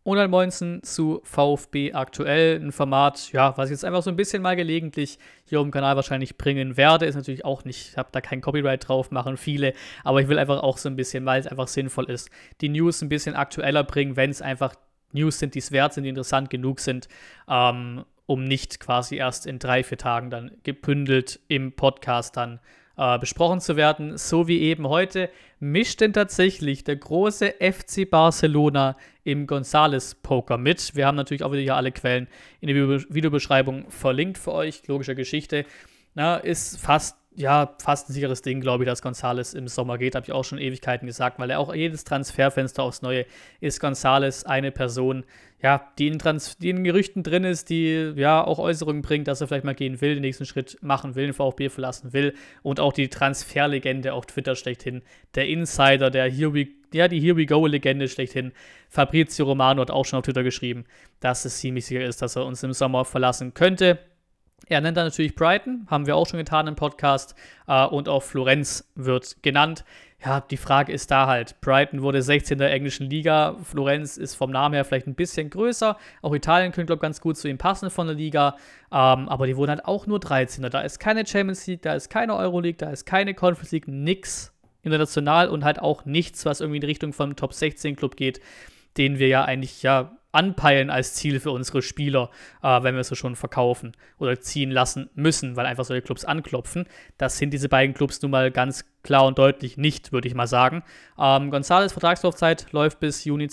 Und dann Moinsen zu VfB aktuell, ein Format, ja, was ich jetzt einfach so ein bisschen mal gelegentlich hier auf dem Kanal wahrscheinlich bringen werde, ist natürlich auch nicht, ich habe da kein Copyright drauf, machen viele, aber ich will einfach auch so ein bisschen, weil es einfach sinnvoll ist, die News ein bisschen aktueller bringen, wenn es einfach News sind, die es wert sind, die interessant genug sind, um nicht quasi erst in 3-4 Tagen dann gebündelt im Podcast dann besprochen zu werden, so wie eben heute, mischt denn tatsächlich der große FC Barcelona im González-Poker mit. Wir haben natürlich auch wieder hier alle Quellen in der Videobeschreibung verlinkt für euch, logischer Geschichte. Na, ist fast ein sicheres Ding, glaube ich, dass González im Sommer geht, habe ich auch schon Ewigkeiten gesagt, weil er auch jedes Transferfenster aufs Neue ist González eine Person, ja, die in Gerüchten drin ist, die ja auch Äußerungen bringt, dass er vielleicht mal gehen will, den nächsten Schritt machen will, den VfB verlassen will und auch die Transferlegende auf Twitter schlechthin, der Insider, die Here We Go-Legende schlechthin, Fabrizio Romano hat auch schon auf Twitter geschrieben, dass es ziemlich sicher ist, dass er uns im Sommer verlassen könnte. Er nennt dann natürlich Brighton, haben wir auch schon getan im Podcast, und auch Florenz wird genannt. Ja, die Frage ist da halt, Brighton wurde 16. der englischen Liga, Florenz ist vom Namen her vielleicht ein bisschen größer, auch Italien könnte, glaube ich, ganz gut zu ihm passen von der Liga, aber die wurden halt auch nur 13. Da ist keine Champions League, da ist keine Euroleague, da ist keine Conference League, nix international und halt auch nichts, was irgendwie in die Richtung vom Top 16 Club geht, den wir ja eigentlich anpeilen als Ziel für unsere Spieler, wenn wir sie schon verkaufen oder ziehen lassen müssen, weil einfach solche Clubs anklopfen. Das sind diese beiden Clubs nun mal ganz klar und deutlich nicht, würde ich mal sagen. González Vertragslaufzeit läuft bis Juni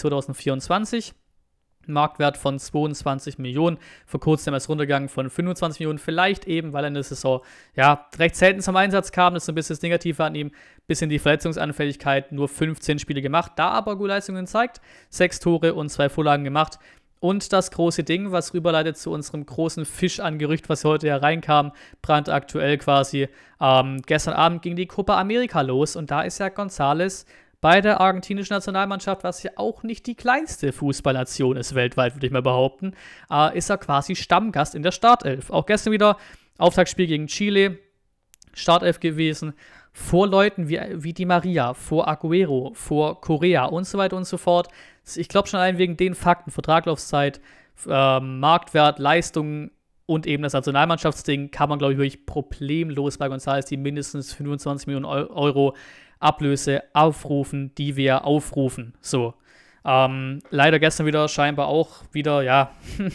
2024. Marktwert von 22 Millionen, vor kurzem erst runtergegangen von 25 Millionen, vielleicht eben, weil er in der Saison recht selten zum Einsatz kam, das ist so ein bisschen das Negative an ihm, bisschen die Verletzungsanfälligkeit, nur 15 Spiele gemacht, da aber gute Leistungen zeigt, 6 Tore und 2 Vorlagen gemacht und das große Ding, was rüberleitet zu unserem großen Fisch an Gerücht, was heute hereinkam, brandaktuell quasi, gestern Abend ging die Copa America los und da ist ja González bei der argentinischen Nationalmannschaft, was ja auch nicht die kleinste Fußballnation ist weltweit, würde ich mal behaupten, ist er quasi Stammgast in der Startelf. Auch gestern wieder Auftaktspiel gegen Chile, Startelf gewesen, vor Leuten wie Di Maria, vor Agüero, vor Correa und so weiter und so fort. Ich glaube schon allein wegen den Fakten, Vertragslaufzeit, Marktwert, Leistungen und eben das Nationalmannschaftsding kann man, glaube ich, wirklich problemlos bei González die mindestens 25 Millionen Euro Ablöse aufrufen, die wir aufrufen. So. Leider gestern wieder scheinbar auch wieder,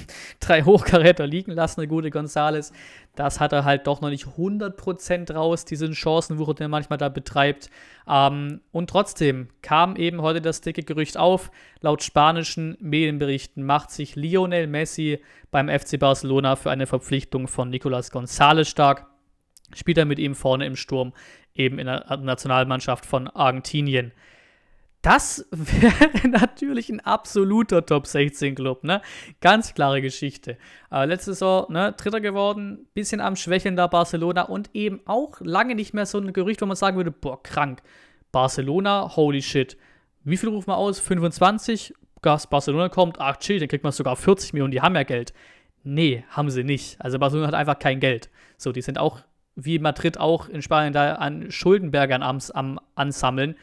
3 Hochkaräter liegen lassen, der gute González. Das hat er halt doch noch nicht 100% raus, diese Chancenwucher, die er manchmal da betreibt. Und trotzdem kam eben heute das dicke Gerücht auf. Laut spanischen Medienberichten macht sich Lionel Messi beim FC Barcelona für eine Verpflichtung von Nicolas González stark. Spielt er mit ihm vorne im Sturm, eben in der Nationalmannschaft von Argentinien. Das wäre natürlich ein absoluter Top-16-Club, ne? Ganz klare Geschichte. Letzte Saison, Dritter geworden, bisschen am Schwächeln da Barcelona und eben auch lange nicht mehr so ein Gerücht, wo man sagen würde, boah, krank. Barcelona, holy shit. Wie viel ruft man aus? 25? Barcelona kommt, ach chill, dann kriegt man sogar 40 Millionen, die haben ja Geld. Nee, haben sie nicht. Also Barcelona hat einfach kein Geld. So, die sind auch, wie Madrid auch in Spanien, da an Schuldenbergern am Ansammeln.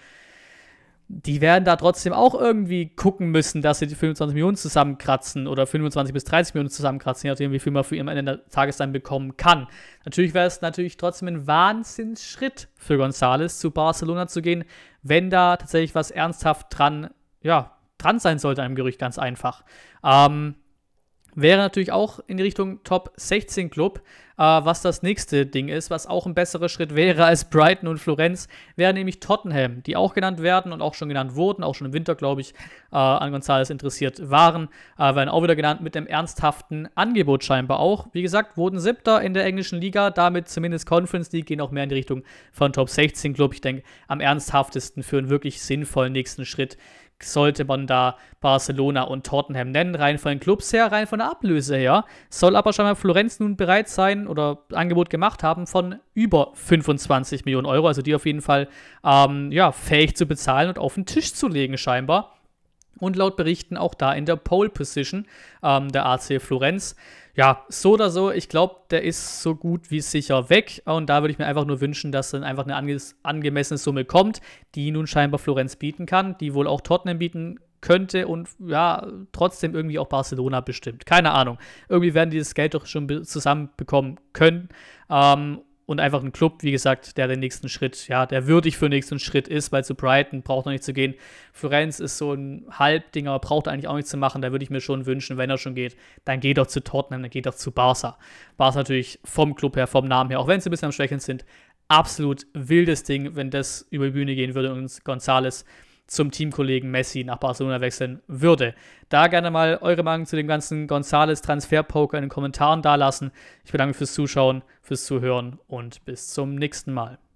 Die werden da trotzdem auch irgendwie gucken müssen, dass sie die 25 Millionen zusammenkratzen oder 25 bis 30 Millionen zusammenkratzen, je nachdem, wie viel man für ihn am Ende des Tages dann bekommen kann. Natürlich wäre es trotzdem ein Wahnsinnsschritt für González, zu Barcelona zu gehen, wenn da tatsächlich was ernsthaft dran sein sollte an einem Gerücht, ganz einfach. Wäre natürlich auch in die Richtung Top 16 Club, was das nächste Ding ist, was auch ein besserer Schritt wäre als Brighton und Florenz, wäre nämlich Tottenham, die auch genannt werden und auch schon genannt wurden, auch schon im Winter, glaube ich, an González interessiert waren, werden auch wieder genannt mit einem ernsthaften Angebot scheinbar auch. Wie gesagt, wurden 7. in der englischen Liga, damit zumindest Conference League, gehen auch mehr in die Richtung von Top 16 Club. Ich denke, am ernsthaftesten für einen wirklich sinnvollen nächsten Schritt sollte man da Barcelona und Tottenham nennen, rein von den Clubs her, rein von der Ablöse her. Soll aber schon mal Florenz nun bereit sein oder Angebot gemacht haben von über 25 Millionen Euro, also die auf jeden Fall fähig zu bezahlen und auf den Tisch zu legen scheinbar. Und laut Berichten auch da in der Pole Position der AC Florenz. Ja, so oder so, ich glaube, der ist so gut wie sicher weg. Und da würde ich mir einfach nur wünschen, dass dann einfach eine angemessene Summe kommt, die nun scheinbar Florenz bieten kann, die wohl auch Tottenham bieten könnte und ja, trotzdem irgendwie auch Barcelona bestimmt. Keine Ahnung. Irgendwie werden die das Geld doch schon zusammenbekommen können. Und einfach ein Club, wie gesagt, der den nächsten Schritt, ja, der würdig für den nächsten Schritt ist, weil zu Brighton braucht noch nicht zu gehen. Florenz ist so ein Halbdinger, braucht eigentlich auch nichts zu machen. Da würde ich mir schon wünschen, wenn er schon geht, dann geht doch zu Tottenham, dann geht doch zu Barca. Barca natürlich vom Club her, vom Namen her, auch wenn sie ein bisschen am Schwächeln sind, absolut wildes Ding, wenn das über die Bühne gehen würde und González zum Teamkollegen Messi nach Barcelona wechseln würde. Da gerne mal eure Meinung zu dem ganzen González-Transfer-Poker in den Kommentaren dalassen. Ich bedanke mich fürs Zuschauen, fürs Zuhören und bis zum nächsten Mal.